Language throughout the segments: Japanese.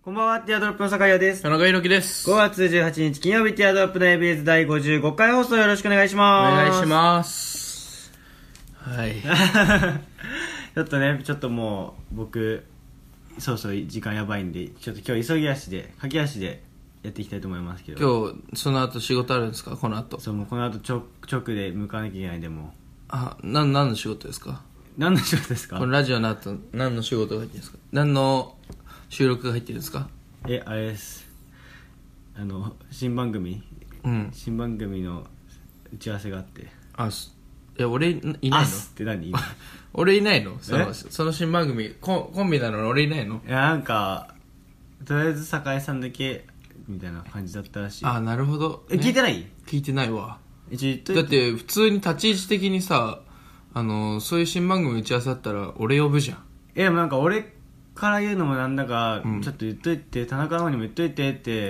こんばんは、ティアドロップの酒屋です。 田中裕樹です。 5月18日金曜日、ティアドロップの ABS 第55回放送よろしくお願いします。 お願いします。はい。 ちょっともう、僕、そう時間やばいんで、ちょっと今日急ぎ足で、駆け足でやっていきたいと思いますけど。 今日、その後仕事あるんですか、この後。 そう、もうこの後直で向かなきゃいけないんで、もう。 何の仕事ですか？ 何の仕事ですか？ このラジオの後、何の仕事が入ってるんですか？何の収録が入ってるんですか？ あれです。新番組の打ち合わせがあって。 俺いないの？ って何今俺いないの？その新番組コンビなのに俺いないの？ いや、なんかとりあえず酒井さんだけみたいな感じだったらしい。 なるほど、 ね、聞いてない？ 聞いてないわ。 だって普通に立ち位置的にさ、そういう新番組打ち合わせだったら俺呼ぶじゃん。 でもなんか俺から言うのもなんだか、ちょっと言っといて、田中の方にも言っといてって、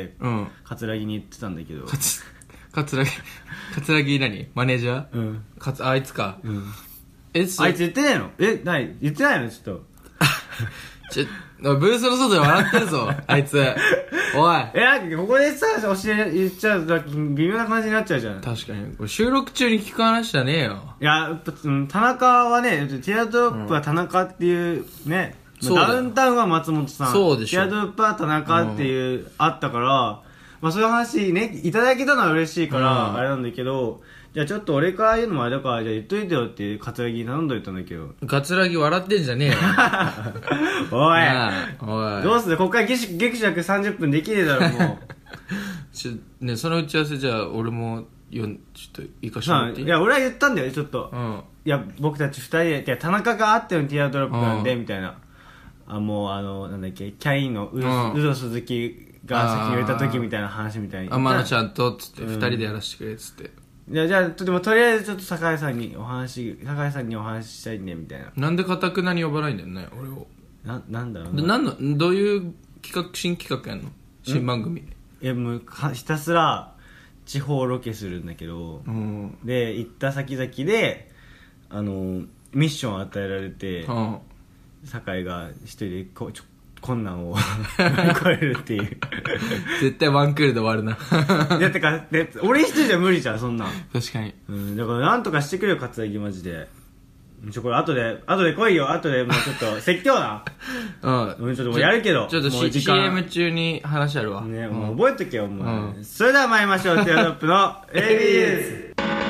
桂木に言ってたんだけど。 桂木何マネージャー？あいつか。 あいつ言ってないの？言ってないの？ちょっと。ブースの外で笑ってるぞ、あいつ。おい。 なんかここでさ、言っちゃうと微妙な感じになっちゃうじゃん。 確かに。これ収録中に聞く話じゃねえよ。 いや、田中はね、ティアドロップは田中っていうね、ダウンタウンは松本さん。 そうでしょ。 ティアドロップは田中っていう、あったから、そういう話ね、いただけたのは嬉しいから、あれなんだけど、じゃあちょっと俺から言うのもあれだから、じゃあ言っといてよって桂木に頼んどいたんだけど。 桂木笑ってんじゃねえよ。 おい。どうする？こっからギクシャク30分できねえだろ、もう。ね、その打ち合わせじゃあ俺も、ちょっと行かしてもらっていい？ いや、俺は言ったんだよ、ちょっと。いや、僕たち2人で、田中があってのティアドロップなんで、みたいな。なんだっけ、キャインのウド鈴木が先に言った時みたいな話みたいに。 天野ちゃんと、つって、2人でやらせてくれ、つって。 じゃあ、でもとりあえずちょっと酒井さんにお話したいね、みたいな。 なんで固くなに呼ばないんだよね、俺を。 なんだろうな。 どういう新企画やんの？新番組。 もうひたすら地方ロケするんだけど、で、行った先々で、ミッション与えられて、酒井が一人で困難を乗り越えるっていう絶対ワンクールで終わるな。 俺一人じゃ無理じゃん、そんなん。 確かに。 だからなんとかしてくれよ、桂木マジで。これ後で来いよ。後でもうちょっと説教な。ちょっともうやるけど、 ちょっと CM 中に話あるわね。もう覚えとけよ、もう。それでは参りましょう。ティアドロップの ABS。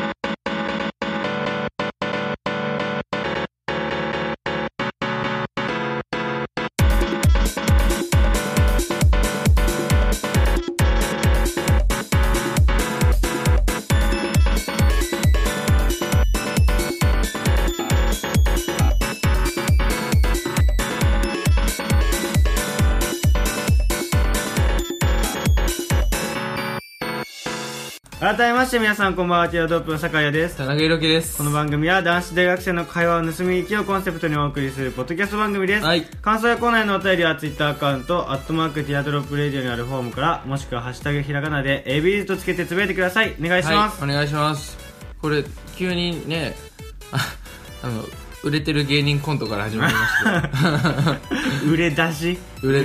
改めまして皆さんこんばんは、ティアドロップの酒屋です。 田中裕樹です。 この番組は男子大学生の会話を盗み聞きをコンセプトにお送りするポッドキャスト番組です。感想やコーナーへのお便りは Twitter アカウント@ティアドロップレディオにあるフォームから、もしくはハッシュタグひらがなで ABZ とつけてつぶやいてください。お願いします。 お願いします。これ急にね、売れてる芸人コントから始まりました売れ出し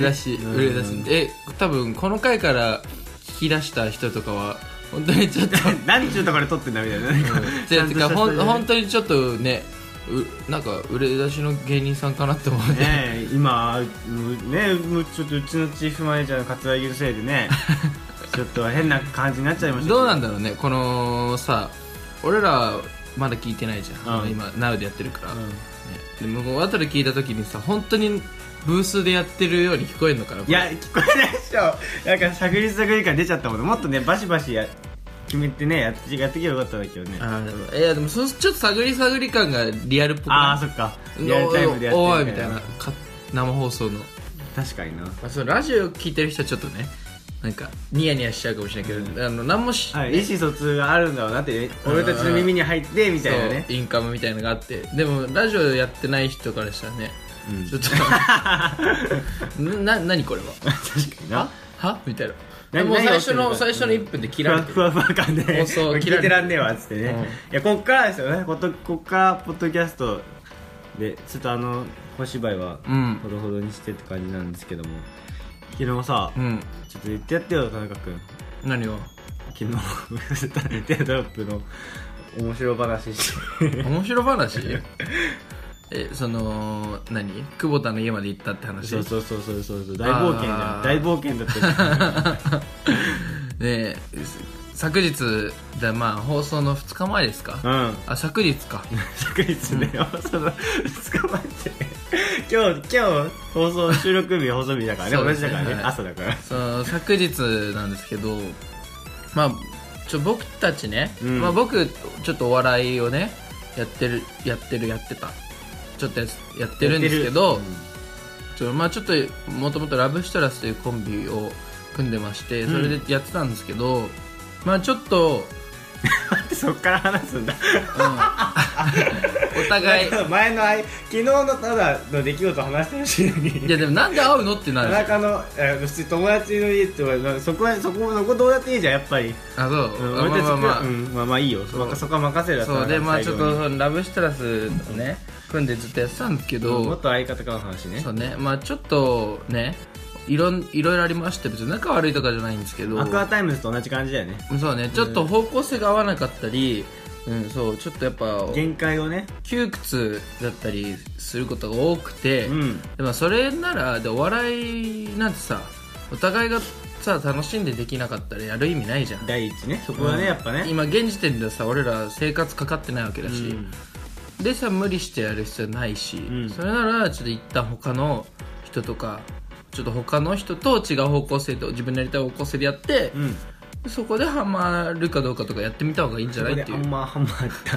多分この回から聞き出した人とかは本当にちょっと何ちゅうところで撮ってんだみたいな、 本当にちょっとね、なんか売れ出しの芸人さんかなって思うね。 今ね、ちょっとうちのチーフマネージャーの桂木のせいでねちょっと変な感じになっちゃいました。 どうなんだろうね、このさ、俺らまだ聞いてないじゃん、今 Now でやってるから、でも後で聞いた時にさ、本当にブースでやってるように聞こえるのかな。 いや、聞こえないでしょ。なんか探り感出ちゃったもん。もっとね、バシバシ決めてね、やってきゃよかったんだけどね。 でもちょっと探り感がリアルっぽくない？ そっか。リアルタイムでやってるおいみたいな、生放送の。 確かにな。 ラジオ聞いてる人はちょっとね、なんかニヤニヤしちゃうかもしれないけど、何も意思疎通があるんだろうなってね、俺たちの耳に入ってみたいなね、 インカムみたいなのがあって。でもラジオやってない人からしたらね、ちょっと何これは確かにな、 はみたいな。もう最初の1分で切られてる、 ふわふわ感で放送聞いてらんねえわっつってね、いや、こっからですよね。こっからポッドキャストでちょっと小芝居はほどほどにしてって感じなんですけども、 昨日さ、 うん。 ちょっと言ってやってよ田中君。 何を？ 昨日テアドロップの面白話して面白話？何？久保田の家まで行ったって話？ そう大冒険じゃん。大冒険だったねえ、昨日まあ放送の2日前ですか？ うん。 昨日か。 昨日ね、放送の2日前って今日放送収録日放送日だからね。同じだからね、はい、朝だから。 そう昨日なんですけど、まあ僕たちね、まあ僕ちょっとお笑いをねやってたちょっとやってるんですけど、まあちょっともともとラブシトラスというコンビを組んでまして、それでやってたんですけど、まあちょっと待ってそっから話すんだ、 お互い前の昨日のただの出来事を話してほしいのに。 いやでもなんで会うのってなる。 田中の普通友達の家ってそこどうやっていいじゃんやっぱり。 あ、そう、 まあいいよ、そこは任せる。 そうで、まあちょっとラブシトラスをね組んでずっとやってたんですけど、 もっと相方からの話ね。 そうね、まあちょっとねいろいろありまして、別に仲悪いとかじゃないんですけど、 アクアタイムズと同じ感じだよね。 そうね、ちょっと方向性が合わなかったり、そうちょっとやっぱ限界をね窮屈だったりすることが多くて、でもそれならお笑いなんてさ、お互いがさ楽しんでできなかったらやる意味ないじゃん。 第一ね、そこはね、やっぱね今現時点でさ俺ら生活かかってないわけだし、でさ無理してやる必要ないし、それならちょっと一旦他の人とかちょっと他の人と違う方向性と自分のやりたい方向性でやって、そこでハマるかどうかとかやってみた方がいいんじゃないっていう。あんまカン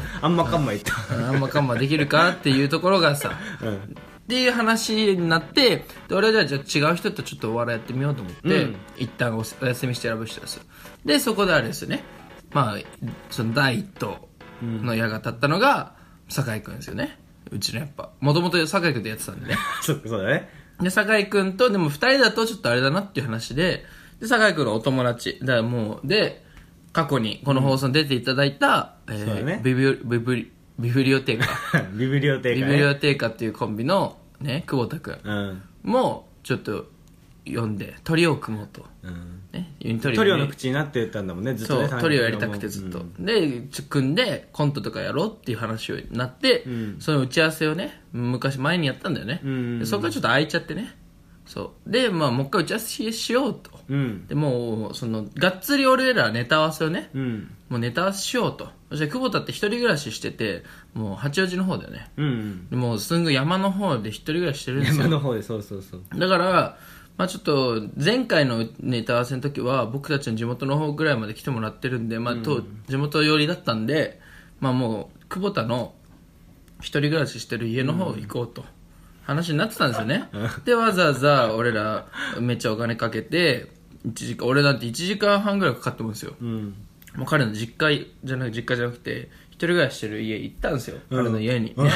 マできるかっていうところがさ、っていう話になって、で俺はじゃあ違う人とちょっとお笑いやってみようと思って、一旦お休みしてラブしてます。でそこであれですよね、まあその第一党の矢が立ったのが酒井くんですよね。うちのやっぱもともと酒井くんとやってたんでねそうだね。 で酒井くんとでも2人だとちょっとあれだなっていう話で、酒井くんのお友達だからもうで過去にこの放送に出ていただいた、ビブリオテーカビブリオテーカっていうコンビのね久保田くんもちょっと呼んでトリオを組もうと、 トリオの口になってたんだもんね、ずっとね。 そうトリオやりたくてずっと、で組んでコントとかやろうっていう話になって、その打ち合わせをね前にやったんだよね、でそこからちょっと空いちゃってね。そうでまあもう一回打ち合わせしようと、でもうそのがっつり俺らネタ合わせをね、もうネタ合わせしようと。そして久保田って一人暮らししてて、もう八王子の方だよね、でもうすんごい山の方で一人暮らししてるんですよ。 山の方でそうだからまあちょっと前回のネタ合わせの時は僕たちの地元の方ぐらいまで来てもらってるんで、まあ地元寄りだったんで、まあもう久保田の一人暮らししてる家の方行こうと話になってたんですよね。でわざわざ俺らめっちゃお金かけて俺なんて1時間半ぐらいかかってるんですよ、もう彼の実家じゃなくて一人暮らししてる家行ったんですよ、彼の家にね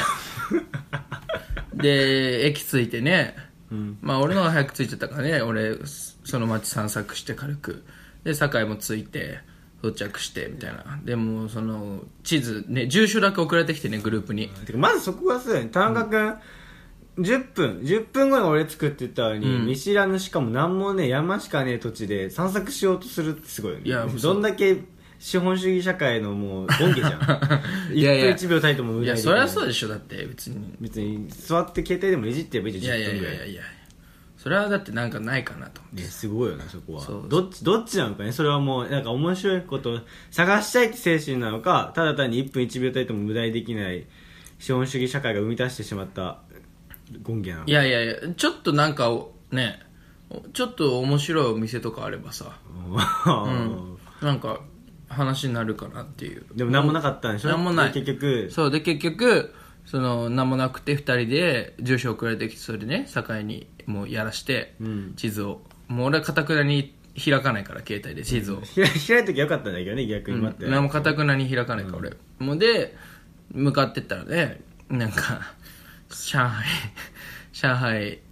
で駅着いてね、まあ俺の方が早く着いてたからね、俺その街散策して軽くで堺も着いて到着してみたいな。でもその地図ね住所だけ送られてきてねグループに。 てかまずそこがすごい田中君、10分後に俺着くって言ったのに、見知らぬしかも何もね山しかねえ土地で散策しようとするってすごいよね。いやどんだけ資本主義社会のもう権下じゃん1分1秒たりとも無駄にできない。 いやそりゃそうでしょ。だって別に座って携帯でもいじってればいいじゃん。10分ぐらい。 いやそれはだってなんかないかなと思って。 すごいよねそこは。どっちなのかね。それはもうなんか面白いことを探したいって精神なのか、ただ単に1分1秒たりとも無駄にできない資本主義社会が生み出してしまった権下なのか。 いやちょっとなんかねちょっと面白いお店とかあればさなんか話になるかなっていう。 でも何もなかったんでしょ。 何もない。 結局その何もなくて2人で住所送られてきて、それでね堺にもうやらして、地図をもう俺はかたくなに開かないから携帯で地図を開いときゃよかったんだけどね逆に待って、 何もかたくなに開かないから俺、もうで向かってったらねなんか上海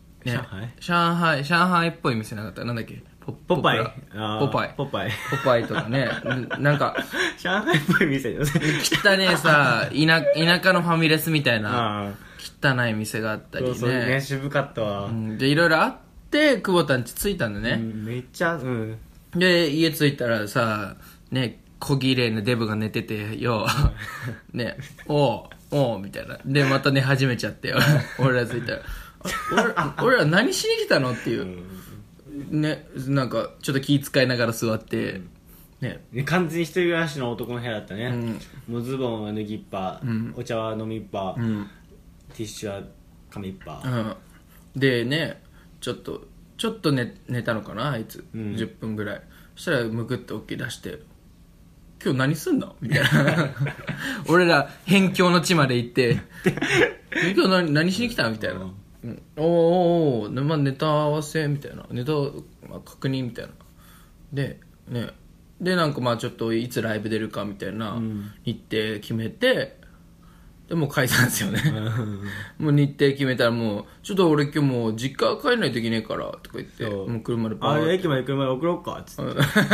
っぽい店なかった。なんだっけポパイとかねなんか上海っぽい店汚ねえさ田舎のファミレスみたいな汚い店があったりね。 そうね渋かったわ、 でいろいろあっって久保田ん家着いたんだね、 めっちゃで家着いたらさね小綺麗なデブが寝ててよねおうみたいなでまた寝始めちゃってよ俺ら着いたら俺ら何しに来たのっていう、ね、なんかちょっと気遣いながら座って、ね、 完全に一人暮らしの男の部屋だったね、もうズボンは脱ぎっぱ、お茶は飲みっぱ、ティッシュは紙っぱ、 でねちょっと寝たのかなあいつ、10分ぐらいそしたらむくって起き出して今日何すんのみたいな俺ら辺境の地まで行って今日何しに来たみたいな、おー、まあ、ネタ合わせみたいなネタ、まあ、確認みたいなでねでなんかまあちょっといつライブ出るかみたいな日程決めて、でもう解散ですよねもう日程決めたらもうちょっと俺今日もう実家帰んないといけねえからとか言ってもう車でバーッ駅まで車で送ろうかっつって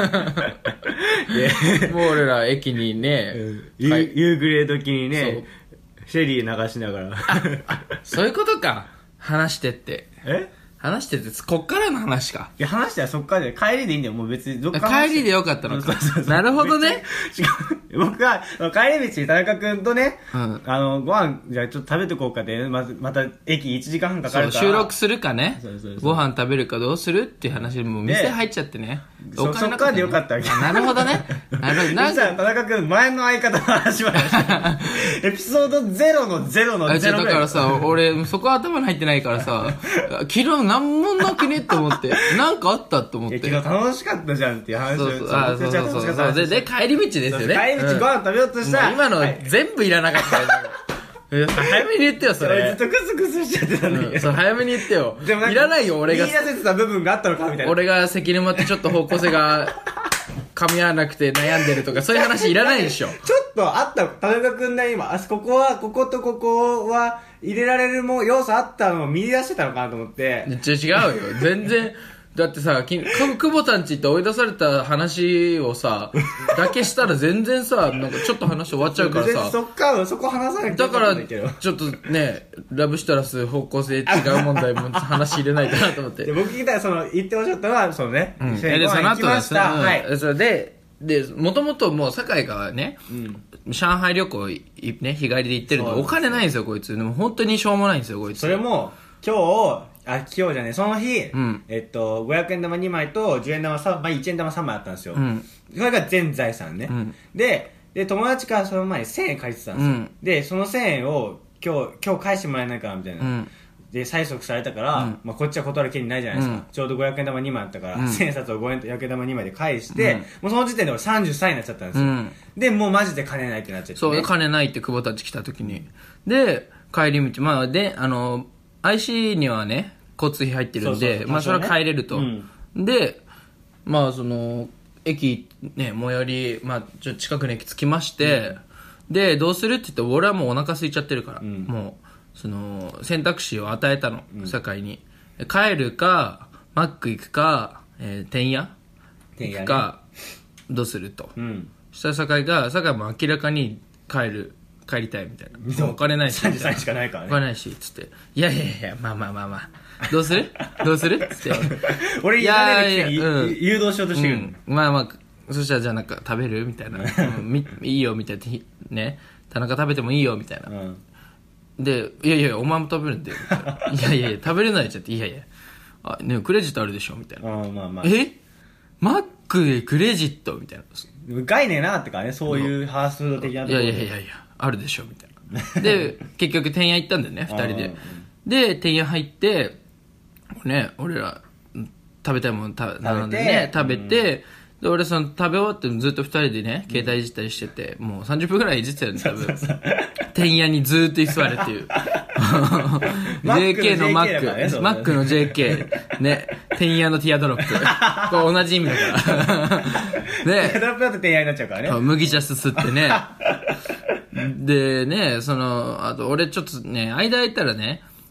もう俺ら駅にね、 夕暮れ時にねシェリー流しながらそういうことか話してって話しててこっからの話か。 いや話したらそっからで帰りでいいんだよ。もう別にどっか帰りでよかったのか。なるほどね。 僕は帰り道に田中君とね、ご飯じゃあちょっと食べてこうかで、また駅1時間半かかるから収録するかね、ご飯食べるかどうするっていう話でもう店入っちゃってね。 そっからでよかったわけ。 なるほどね。なるほど。なんか田中君前の相方の話はエピソード0の0の0 だからさ、俺そこ頭に入ってないからさ、昨日なんもなくねって思って、なんかあったって思って。 昨日楽しかったじゃんっていう話を。 そうで帰り道ですよね。 帰り道ご飯食べようとしたら、 今の全部いらなかったよ。早めに言ってよ、それ。 ずっとクスクスしちゃってたんだけど。 早めに言ってよ。いらないよ、俺が。 言い出せてた部分があったのかみたいな。 俺が関沼ってちょっと方向性が噛み合わなくて悩んでるとか、そういう話いらないでしょ。 ちょっとあった田中君ね、今、こことここは入れられる要素あったのを見出してたのかなと思って。 違うよ。全然。だってさ、久保田んちって追い出された話をさ、だけしたら全然さ、なんかちょっと話終わっちゃうからさ。 そこ話さなきゃいけないんだから、ちょっとね、ラブシトラス方向性違う問題も話入れないかなと思って。 僕聞いたら、言っておっしゃったのは、そのね、 で、その後ですね。はい。それで、もともともう酒井がね、上海旅行ね、日帰りで行ってるんで、お金ないんですよ、こいつ。でも本当にしょうもないんですよ、こいつ。 それも、今日じゃね、その日、500円玉2枚と10円玉3枚、1円玉3枚あったんですよ。それが全財産ね。で、友達からその前に1000円借りてたんですよ。で、その1000円を今日返してもらえないかな、みたいな。で、催促されたから、こっちは断る権利ないじゃないですか。ちょうど500円玉2枚あったから、1000円札を500円玉2枚で返して、もうその時点で俺33円になっちゃったんですよ。で、もうマジで金ないってなっちゃって、ね。 そう、金ないって久保たち来た時に。で、帰り道、まあ、で、IC にはね、交通費入ってるんで、まあそれは帰れると。で、まあその、駅、ね、最寄り、まあちょっと近くの駅着きまして、で、どうするって言って俺はもうお腹空いちゃってるから、もう、その、選択肢を与えたの、堺に。帰るか、マック行くか、天屋行くか、どうすると。そしたら堺も明らかに帰りたいみたいな。もうお金ないし。 33しかないからね。 お金ないし、つって。いや、まあ。どうするつって。 俺言われるくせに誘導しようとしてくる。 まあ、そしたらじゃあなんか食べるみたいな。いいよ、みたいな。ね。田中食べてもいいよ、みたいな。で、いや、お前も食べるんだよ。いや、食べれないじゃんって。いや。ね、クレジットあるでしょみたいな。マックでクレジットみたいな。 概念なかったからね、そういうハースフード的なところで。 いや、あるでしょみたいな。で、結局、天屋行ったんだよね、二人で。で、天屋入って、ね、俺ら、食べたいもの頼んでね、食べて、で、俺食べ終わってずっと二人でね、携帯いじったりしてて、もう30分くらいいじってたよね、多分。天屋にずーっと居座るっていう。JK のマックの JK、ね、天屋のティアドロップ。これ同じ意味だから。 ね。ティアドロップだと天屋になっちゃうからね。 麦茶すすってね。でね、あと俺ちょっとね、間空いたらね、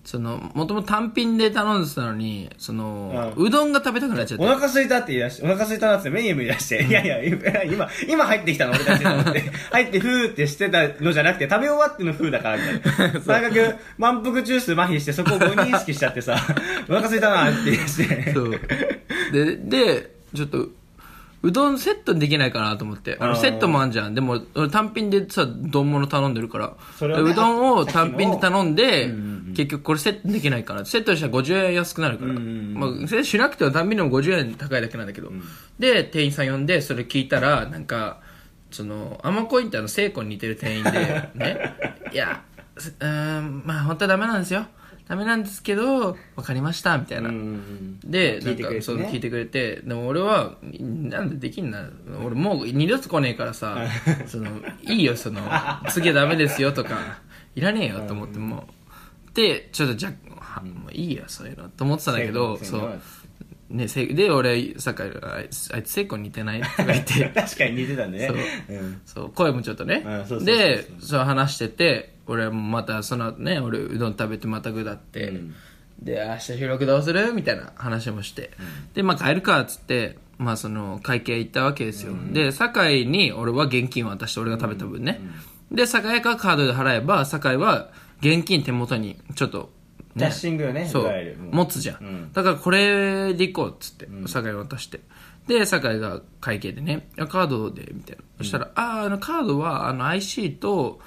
もともと単品で頼んでたのに、うどんが食べたくなっちゃって。 お腹空いたって言い出して、お腹空いたなってメニュー見出して、いやいや、今入ってきたの俺たちと思って、入ってふーってしてたのじゃなくて、食べ終わってのふーだからみたいな。とにかく、満腹中枢麻痺して、そこを誤認識しちゃってさ、お腹空いたなって言い出して。 そう。で、ちょっと、うどんセットにできないかなと思って。セットもあんじゃん。でも、俺単品でさ、丼物頼んでるから、ね、うどんを単品で頼んで、結局これセットできないかな。セットにしたら50円安くなるから。まあ、それしなくても単品でも50円高いだけなんだけど。で、店員さん呼んで、それ聞いたら、なんか、アマコインってセイコに似てる店員で、ね。いや、まあ本当はダメなんですよ。ダメなんですけど、わかりました、みたいな。で、なんか、そう聞いてくれて、でも俺は、なんでできんな。俺もう二度と来ねえからさ、いいよ、次はダメですよとか、いらねえよと思っても。で、ちょっともういいよ、そういうの、と思ってたんだけど、そう。ね、で、俺、あいつセイコに似てないとか言って。 確かに似てたね。 そう、声もちょっとね。で、そう話してて、俺もまた俺うどん食べてまた下って、で明日収録どうするみたいな話もして、でまあ帰るかっつって、まあ会計行ったわけですよ、で酒井に俺は現金を渡して俺が食べた分ね、で酒井がカードで払えば酒井は現金手元にちょっとキャッシングよね、 そう持つじゃん、だからこれで行こうっつって酒井渡して、で酒井が会計でねカードでみたいな、そしたらカードはIC と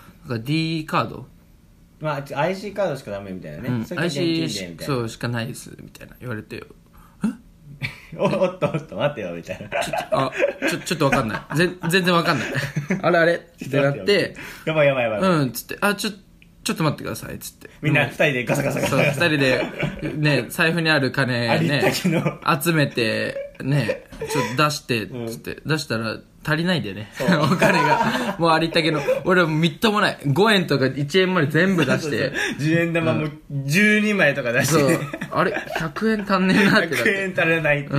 D カード、 まあ、IC カードしかダメみたいなね、 IC そうしかないですみたいな言われてよ、 おっと待ってよみたいな、 ちょっとわかんない、全然わかんないあれってなって、 やばいつってちょっと待ってくださいっつって、 みんな二人でガサガサそう2人でね財布にある金ね集めてねちょっと出してつって出したら足りないんだよねお金がもうありったけの俺はみっともない5円とか1円まで全部出して 10円玉も12枚とか出して、 あれ100円足んねえなってなって 100円足らないって、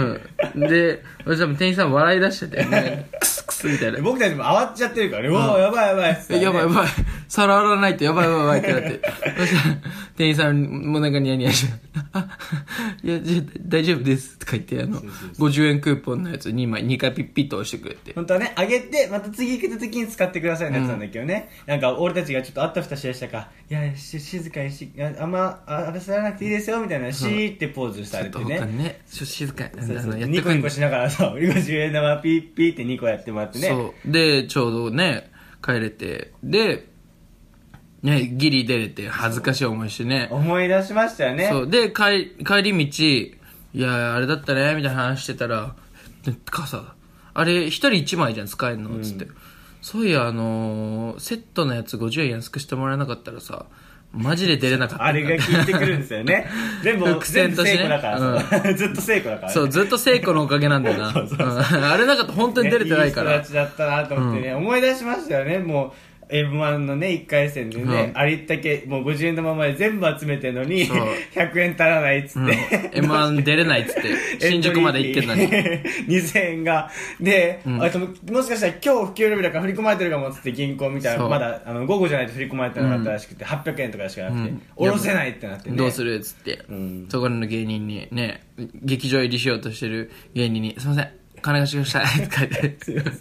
で俺多分店員さん笑い出してて、ね、クスクスみたいな、 僕たちも慌てちゃってるからね、うわやばいやばい皿洗わないとやばいってなってそしたら店員さんもなんかニヤニヤしていや大丈夫ですとか言って50円クーポンのやつ2回ピッピッと押してくれて、 本当はねあげてまた次行く時に使ってくださいのやつなんだけどね、なんか俺たちがちょっとあったふたしやしたか、いや静かにあんまあれさらなくていいですよみたいなシーってポーズされてね、 ちょっと他にね静かにニコニコしながらさ50円玉ピッピーって2個やってもらってね、 そうでちょうどね帰れて、でねギリ出れて恥ずかしい思いしてね、 思い出しましたよね。 そうで帰り道いやあれだったねみたいな話してたら、傘あれ1人1枚じゃん使えるのつって、そういやセットのやつ50円安くしてもらえなかったらさマジで出れなかったあれが効いてくるんですよね全部セイコだからさ、ずっとセイコだから、ね、 そうずっとセイコのおかげなんだよなあれなかったら本当に出れてないから、 いい人たちだったなと思ってね、思い出しましたよね。もうM1 のね1回戦でね、ありったけもう50円玉まで全部集めてんのに100円足らないっつって、 M1 出れないっつって新宿まで行ってんのに 2000円がで、あともしかしたら今日不給料日だから振り込まれてるかもっつって銀行見たらまだ午後じゃないと振り込まれてなかったらしくて、800円とかしかなくて下ろせないってなってね、 どうするっつって、そこらの芸人にね劇場入りしようとしてる芸人にすいません金貸してくださいって書いて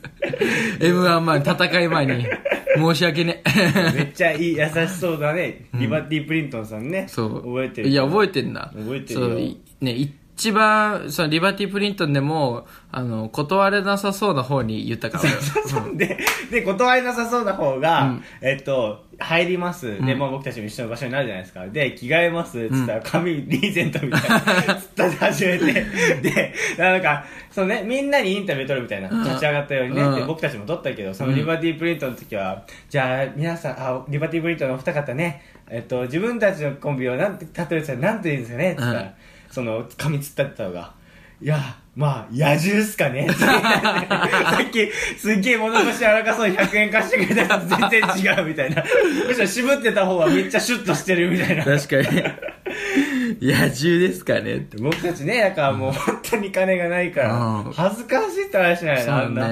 M1 前戦い前に申し訳ねめっちゃいい優しそうだね、リバティプリントンさんね、 そう覚えてる、 いや覚えてんだ、 覚えてるよ、 そうね一番リバティプリントンでも断れなさそうな方に言ったからで断れなさそうな方が、入ります、でもう僕たちも一緒の場所になるじゃないですか、で着替えますっつったら髪リーゼントみたいなつったで始めてでなんかみんなにインタビュー取るみたいな、立ち上がったようにね、で僕たちも取ったけど、そのリバティプリントの時は、じゃあ皆さんリバティプリントのお二方ね、自分たちのコンビをなんて例えてたらなんて言うんですかねって言ったら、髪つったってたのが、いやまあ野獣っすかねさっきすっげえ物腰柔らかそうに100円貸してくれたら全然違うみたいな、むしろ渋ってた方はめっちゃシュッとしてるみたいな、 確かに野獣ですかねって、 僕たちねだからもう本当に金がないから恥ずかしいって話じゃないの、あんな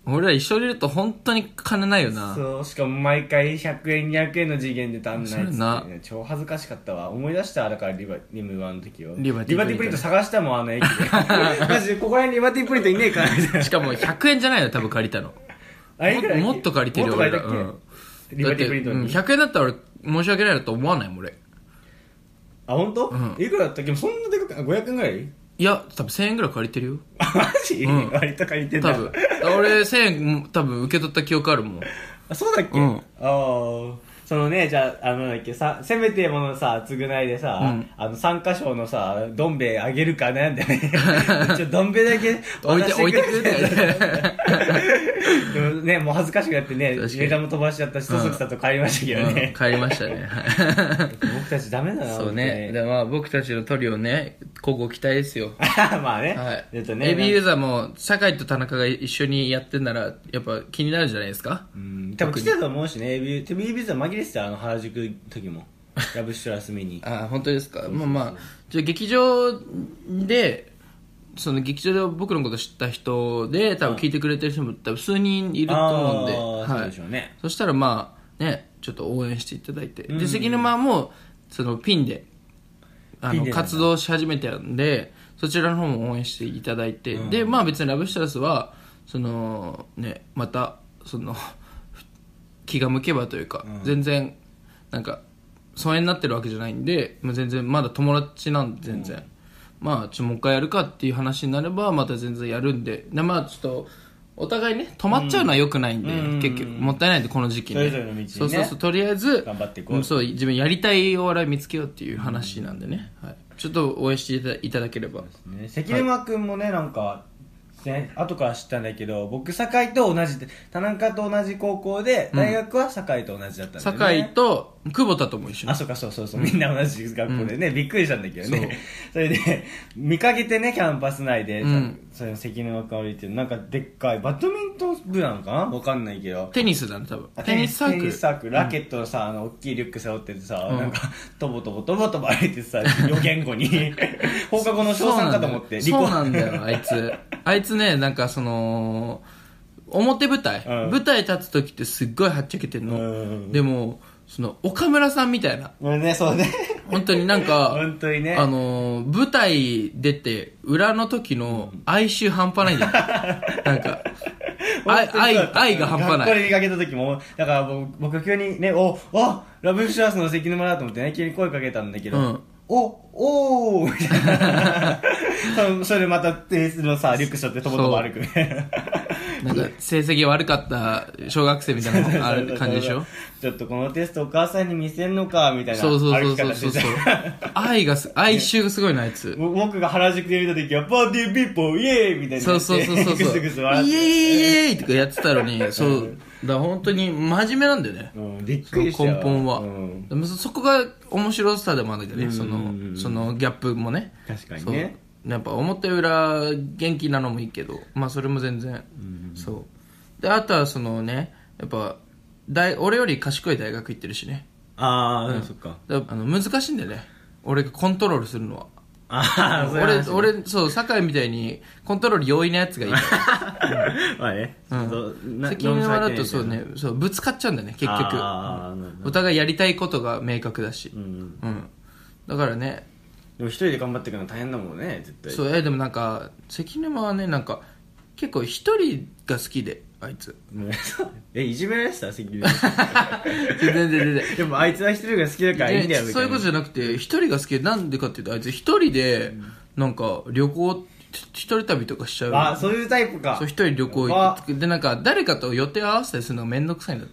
俺ら一緒にいると本当に金ないよな。 そう、しかも毎回100円200円の次元で足んないっつって、 なね、超恥ずかしかったわ。思い出した。だからリムワンの時をリバティプリント探したもん、あの駅でマジでここら辺にリバティプリントいねえかなみたいな。 しかも100円じゃないよ多分借りたの。もっと借りてるよ俺ら。 リバティプリントに、 100円だったら俺申し訳ないなと思わないもん俺。 あ、本当？いくらだったっけ？そんなでかく500円ぐらい？ いや多分1000円ぐらい借りてるよ。 マジ？割と借りてんだ。 多分俺1000円多分受け取った記憶あるもん。 あ、そうだっけ？ああ。そのね、じゃあ、なんだっけ、せめてものさ、償いでさ、参加賞のさ、どん兵衛あげるか悩んでね。どん兵衛だけ置いてくれて。 でもね、もう恥ずかしくなってね、ネタも飛ばしちゃったし、そそくさと帰りましたけどね。 帰りましたね。 僕たちダメだな。 そうね。でまあ僕たちのトリオね、今後期待ですよ。 まあね。 はい。AB ユーザーも、酒井と田中が一緒にやってんなら、やっぱ気になるんじゃないですか？ 多分来てたと思うしね、AB ユーザー紛れてた、原宿の時も。ラブシュラス目に。 あ、本当ですか？まあ、じゃあ劇場で、その劇場で僕のこと知った人で、多分聞いてくれてる人も多分数人いると思うんで、 そうでしょうね。 そしたらまあ、ね、ちょっと応援していただいて。で、関沼も、そのピンで、活動し始めてるんで、そちらの方も応援していただいて、で、まあ別にラブシュラスは、その、ね、また、その、気が向けばというか、全然なんか疎遠になってるわけじゃないんで、もう全然まだ友達なんで全然、まあもう一回やるかっていう話になればまた全然やるんで、まあちょっとお互いね止まっちゃうのは良くないんで、結局もったいないんでこの時期ね、 それぞれの道にね、 そうとりあえず頑張っていこう、 そう自分やりたいお笑い見つけようっていう話なんでね、はい、ちょっと応援していただければ。 関沼君もね、なんか後から知ったんだけど、僕堺と同じで、田中と同じ高校で、大学は堺と同じだったんだよね。 堺と久保田とも一緒に。 あ、そうか、そう、みんな同じ学校でね、びっくりしたんだけどね。それで見かけてね、キャンパス内で、それの関沼君歩いてる、なんかでっかいバドミントン部なのかな、わかんないけど、 テニスだね多分。 テニスサークル、ラケットのさ、大きいリュック背負っててさ、なんかとぼとぼ歩いてさ、予言語に放課後の小3かと思って。 そうなんだよあいつね、なんかその表舞台、舞台立つ時ってすっごいはっちゃけてんの、でもその岡村さんみたいな、 そうね、 本当になんか本当にね、 舞台出て裏の時の哀愁半端ないんだよなんか愛が半端ない。 学校で見かけた時も、だから僕急にね、ラブシュラスの関沼だと思ってね、急に声かけたんだけど、おーみたいなそれでまたテニスのさ、リュック背負ってとぼとぼ歩くねなんか成績悪かった小学生みたいなある感じでしょちょっとこのテストお母さんに見せんのかみたいな歩き方してた。 哀愁がすごいなあいつ。 僕が原宿で見た時はパーティーピーポーイエーイみたいなそうイエーイとかやってたのにそうだから本当に真面目なんだよね、 びっくりしたよ根本は、でもそこが面白さでもあるんだけどね、そのギャップもね。 確かにね、 やっぱ表裏元気なのもいいけど、まあそれも全然、そうで、あとはそのね、やっぱ俺より賢い大学行ってるしね。 そっか。 難しいんだよね、俺がコントロールするのは。 俺そう酒井みたいにコントロール容易なやつがいいからまあね、 責任はだとそうね、そうぶつかっちゃうんだよね結局。お互いやりたいことが明確だし、だからね。 でも一人で頑張っていくの大変だもんね絶対。 そうでもなんか関沼はね、なんか結構一人が好きで、あいついじめられてた関沼全然でもあいつは一人が好きだからいいんだよみたいな。 そういうことじゃなくて、一人が好きで、なんでかっていうとあいつ一人でなんか旅行一人旅とかしちゃう。 そういうタイプか。 そう、一人旅行行ってで、なんか誰かと予定合わせたりするのがめんどくさいんだって。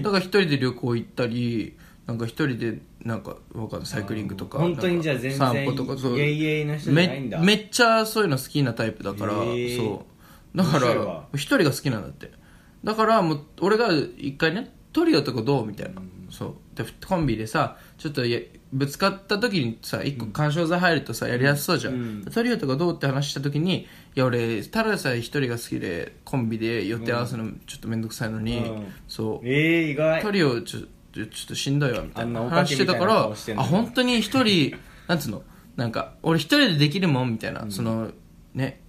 だから一人で旅行行ったり、なんか一人でなんかわかんないサイクリングとか、 本当にじゃあ全然散歩とか、そうイエイの人じゃないんだ。 めっちゃそういうの好きなタイプだから、そうだから一人が好きなんだって。だからもう俺が一回ね、トリオとかどうみたいな、そうでコンビでさ、ちょっとぶつかった時にさ、一個干渉剤入るとさやりやすそうじゃん、トリオとかどうって話した時に、いや俺ただでさえ一人が好きでコンビで予定合わせるのちょっとめんどくさいのに、そう意外トリオちょっとしんどいわみたいな話してたから、本当に一人なんつうの、なんか俺一人でできるもんみたいな、そのね、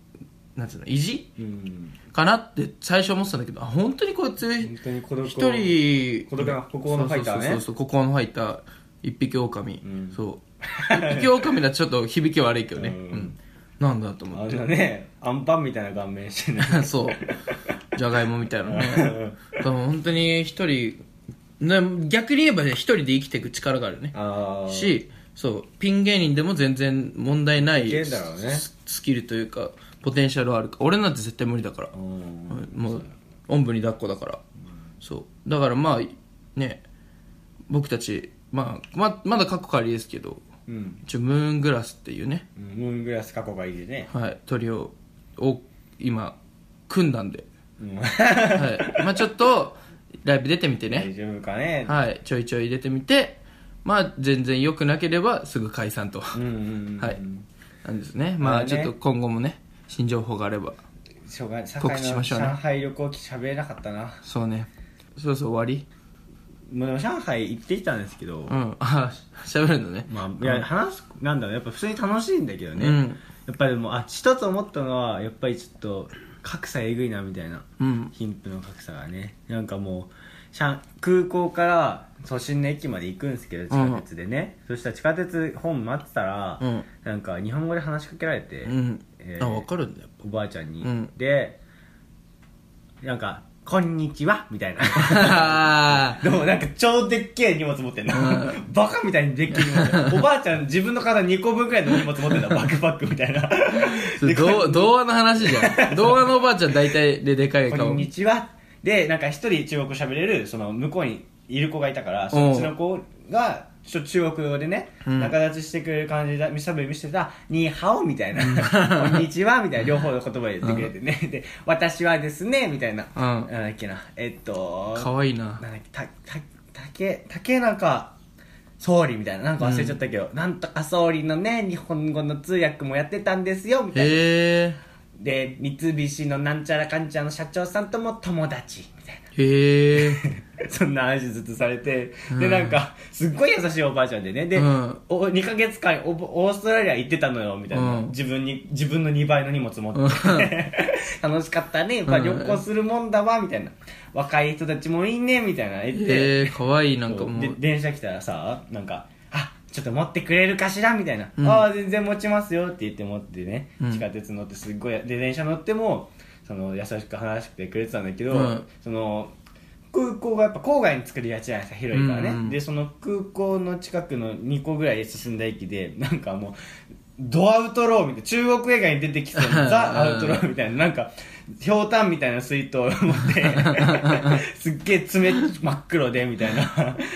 なんつうの意地、かなって最初思ってたんだけど、本当にこいつ一人孤独な孤高のファイターね。 そう孤高のファイター、一匹狼、そう一匹狼だとちょっと響き悪いけどね、なんだと思って、 あんなねアンパンみたいな顔面してねそうじゃがいもみたいなねでも本当に一人逆に言えばね、一人で生きていく力があるねし、そうピン芸人でも全然問題ないスキルというかポテンシャルはあるか。俺なんて絶対無理だから、もうおんぶに抱っこだから、そうだからまあね、僕たち、まだ過去仮ですけど、ムーングラスっていうね、 ムーングラス過去仮でね、 はい、トリオを今組んだんで、はい、まあちょっとライブ出てみてね、 大丈夫かね、 はい、ちょいちょい出てみて、まあ全然良くなければすぐ解散と、はい、なんですね。まあちょっと今後もね、新情報があれば告知しましょうね。 上海旅行記喋れなかったな。 そうね、そう終わり。 もうでも上海行ってきたんですけど、 喋るのね。 まあいや話すなんだろう、やっぱ普通に楽しいんだけどね、やっぱりでも一つ思ったのはやっぱりちょっと格差えぐいなみたいな、貧富の格差がね、なんかもう空港から都心の駅まで行くんですけど、地下鉄でね、そしたら地下鉄本待ってたら、なんか日本語で話しかけられて、 分かるんだよ、 おばあちゃんに、でなんかこんにちはみたいなでもなんか超でっけえ荷物持ってんの、バカみたいにでっけえ荷物おばあちゃん自分の体2個分くらいの荷物持ってんの、バックパックみたいな童話の話じゃん。童話のおばあちゃん大体でかい顔。 こんにちはで、なんか一人中国語喋れるその向こうにいる子がいたから、そっちの子がちょっと中国語でね、仲立ちしてくれる感じで見せてたニーハオみたいなこんにちはみたいな両方の言葉で言ってくれてね、で私はですねみたいな、なんだっけな、 かわいいな、 なんだっけ竹中総理みたいな、なんか忘れちゃったけど、なんとか総理のね日本語の通訳もやってたんですよみたいな、で三菱のなんちゃらかんちゃらの社長さんとも友達みたいな、そんな話ずっとされて、でなんかすっごい優しいおばあちゃんでね、で、2ヶ月間オーストラリア行ってたのよみたいな、自分の2倍の荷物持って楽しかったね、やっぱ旅行するもんだわみたいな、若い人たちもいいねみたいな言って、 かわいい。なんかもうで電車来たらさ、なんかちょっと持ってくれるかしらみたいな、ああ全然持ちますよって言って持ってね、地下鉄乗ってすっごいで電車乗ってもその優しく話してくれてたんだけど、その空港がやっぱ郊外に作りがちじゃないですか、広いからね、でその空港の近くの2個ぐらい進んだ駅でなんかもうドアウトローみたいな、中国映画に出てきそうなザ・アウトローみたいな、なんかひょうたんみたいな水筒を持ってすっげえ爪真っ黒でみたいな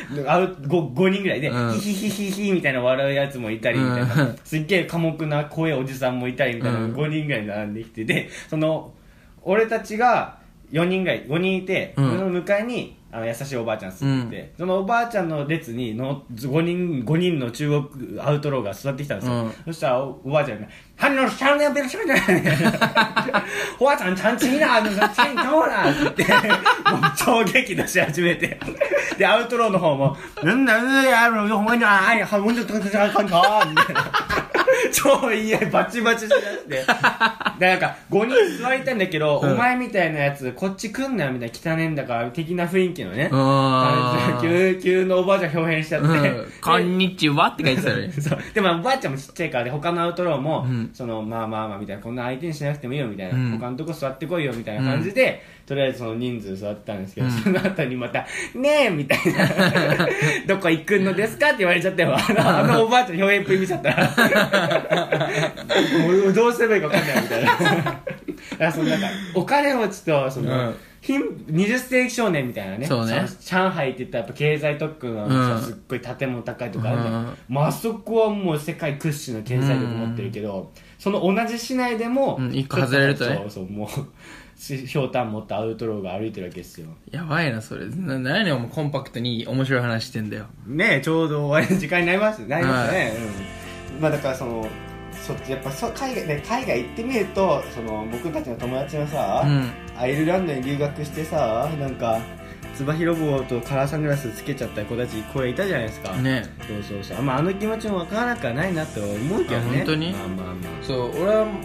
5人ぐらいでヒヒヒヒヒみたいな笑うやつもいたりみたいな、すっげえ寡黙な怖いおじさんもいたりみたいな、5人ぐらい並んできて、でその俺たちが5人いて、その向かいに優しいおばあちゃん住んでて、そのおばあちゃんの列に5人の中国アウトローが座ってきたんですよ、そしたらおばあちゃんが「ハンノシャンネルベルシャンネル」「ホワちゃんちゃんちいなチェントーラ」って言ってもう超激怒し始めて、でアウトローの方も「なんだなんだやろほんまにあいはもんちょっとかんかんか」みたいな超いいバチバチしだしてでなんか5人座りたいんだけど、お前みたいなやつこっち来んなよみたいな、汚ねんだから的な雰囲気のね、急のおばあちゃん表現しちゃって、 こんにちはって書いてたよねそうでもおばあちゃんもちっちゃいからで、他のアウトローも、そのまあみたいな、こんな相手にしなくてもいいよみたいな、他のとこ座ってこいよみたいな感じで、とりあえずその人数座ってたんですけど、その後にまたねえみたいなどこ行くのですかって言われちゃったよ、あのおばあちゃん表現っぷり見ちゃったらもうどうすればいいか分かんないみたいなだからそのなんかお金持ちとその、20世紀少年みたいなね、 そうね、 上海って言ったらやっぱ経済特区のすっごい建物高いとかあるじゃん、あそこはもう世界屈指の経済力持ってるけど、その同じ市内でも一個外れるとね、 そうもうひょうたん持ったアウトローが歩いてるわけですよ。 やばいなそれ。何やねん、コンパクトに面白い話してんだよねえ、ちょうど終わりの時間になりましたね、まあだからそのやっぱ海外行ってみると、その僕たちの友達のさ、アイルランドに留学してさ、なんかつば広帽とカラーサングラスつけちゃった子たちこれいたじゃないですかね。 そう、まああの気持ちもわからなくはないなって思うけどね。 本当に、 まあそう、俺は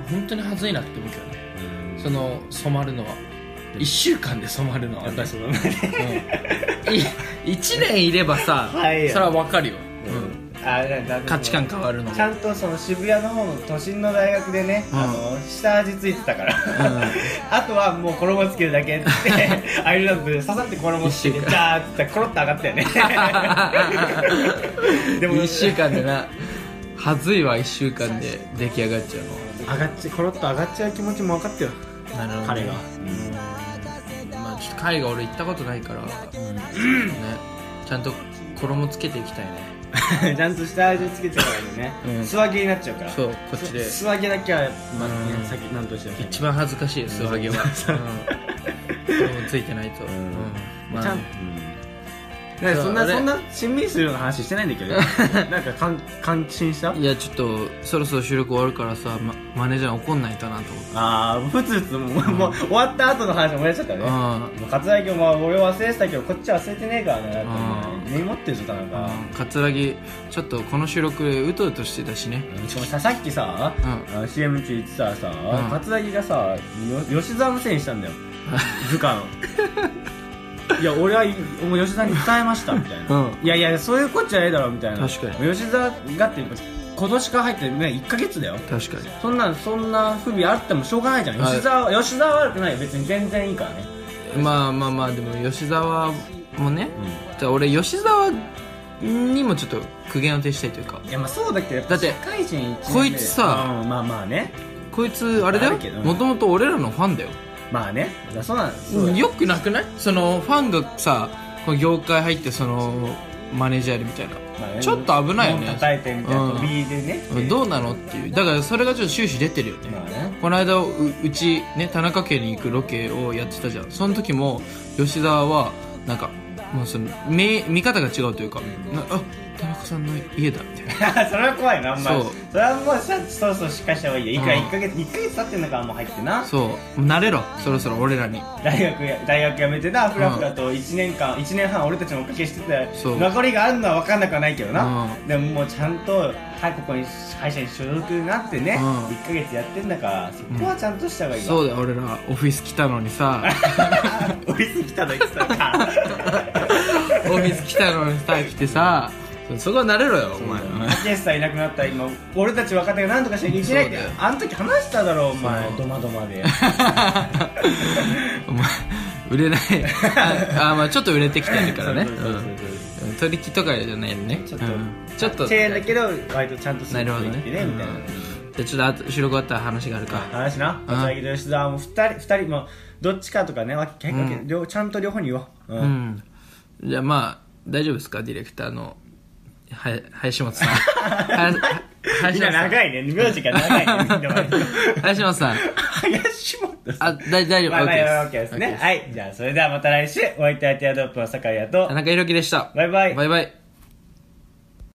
本当に恥ずいなって思うけどね、その染まるのは1週間で染まるのは、 やっぱりそうだね、 1年いればさ、はい、それは分かるよ、価値観変わるのもちゃんとその渋谷の方の都心の大学でね、下味ついてたから、あとはもう衣つけるだけってアイルランドで刺さって衣つけてジャーって言ったらコロッと上がったよねでも1週間でな、はずいわ、1週間で出来上がっちゃうの、コロッと上がっちゃう気持ちも分かったよ、 なるほど、 彼が、 まあちょっと海外俺行ったことないから、ね、ちゃんと衣つけていきたいねちゃんと下味つけてからね、素揚げになっちゃうから、 そう、こっちで素揚げだけはまずね、先なんとしても一番恥ずかしいよ、素揚げは、衣ついてないと、 ちゃんそんなしんみりするような話してないんだけどなんか感心した？ いや、ちょっとそろそろ収録終わるからさ、マネージャー怒んないとなと思って。 ああ、ふつふつもう終わった後の話思い出しちゃったね。桂木も俺忘れてたけど、こっち忘れてねえからね、根に持ってるぞ、田中。 桂木ちょっとこの収録でうとうとしてたしね。 しかもさっきさ、CM 中言ってたらさ、桂木がさ吉沢のせいにしたんだよ、部下のいや、俺はもう吉沢に伝えましたみたいな、いやいや、そういうこっちゃないだろみたいな。 確かに吉沢がって今年から入ってね、1ヶ月だよ。 確かにそんな不備あってもしょうがないじゃん。吉沢は悪くないよ、別に全然いいからね。 まあでも吉沢もね、俺吉沢にもちょっと苦言を呈したいというか。 いや、まあそうだけど、 だってこいつさ、 まあね、 こいつあれだよ、もともと俺らのファンだよ。 まあね、そうなんです。 よくなくない？そのファンがさ、この業界入ってそのマネージャーみたいな、ちょっと危ないよね。 叩いてみたいな、B でね。 どうなのっていう。だからそれがちょっと終始出てるよね。この間うちね、田中家に行くロケをやってたじゃん。その時も吉沢はなんかもうその見方が違うというか、あ、田中さんの家だみたいなそれは怖いな、それはもうそろそろしっかりした方がいいよ。いくら1ヶ月経ってんのからもう入ってな。 そう慣れろ、そろそろ俺らに。 大学辞めてな、フラフラと1年半俺たちのおかけしてて、残りがあるのは分かんなくはないけどな、でももうちゃんとここに会社に所属になってね、1ヶ月やってんだから、そこはちゃんとした方がいいわ。 そうだよ、俺らオフィス来たのにさオフィス来たのにさオフィス来たのにさ、来てさ、そこは慣れろよ、お前。 竹内さんいなくなったら今俺たち若手が何とかしなきゃいけないって、あの時話しただろお前、ドマドマでお前売れないまあちょっと売れてきてるからね、取引とかじゃないのね、ちょっとチェーンだけど割とちゃんとするってね、みたいな。 じゃあちょっと収録終わったら話があるか。 話な、柏木と吉沢も2人もどっちかとかね、ちゃんと両方に言おう。 じゃあまあ大丈夫ですか、ディレクターの林本さん。 みんな長いね、名字が長いね、みんな。 林本さん。 林本さん。 大丈夫、 OK ですね。はい、じゃあそれではまた来週、お相手はティアドロップの酒井と田中裕樹でした。 バイバイ。 バイバイ。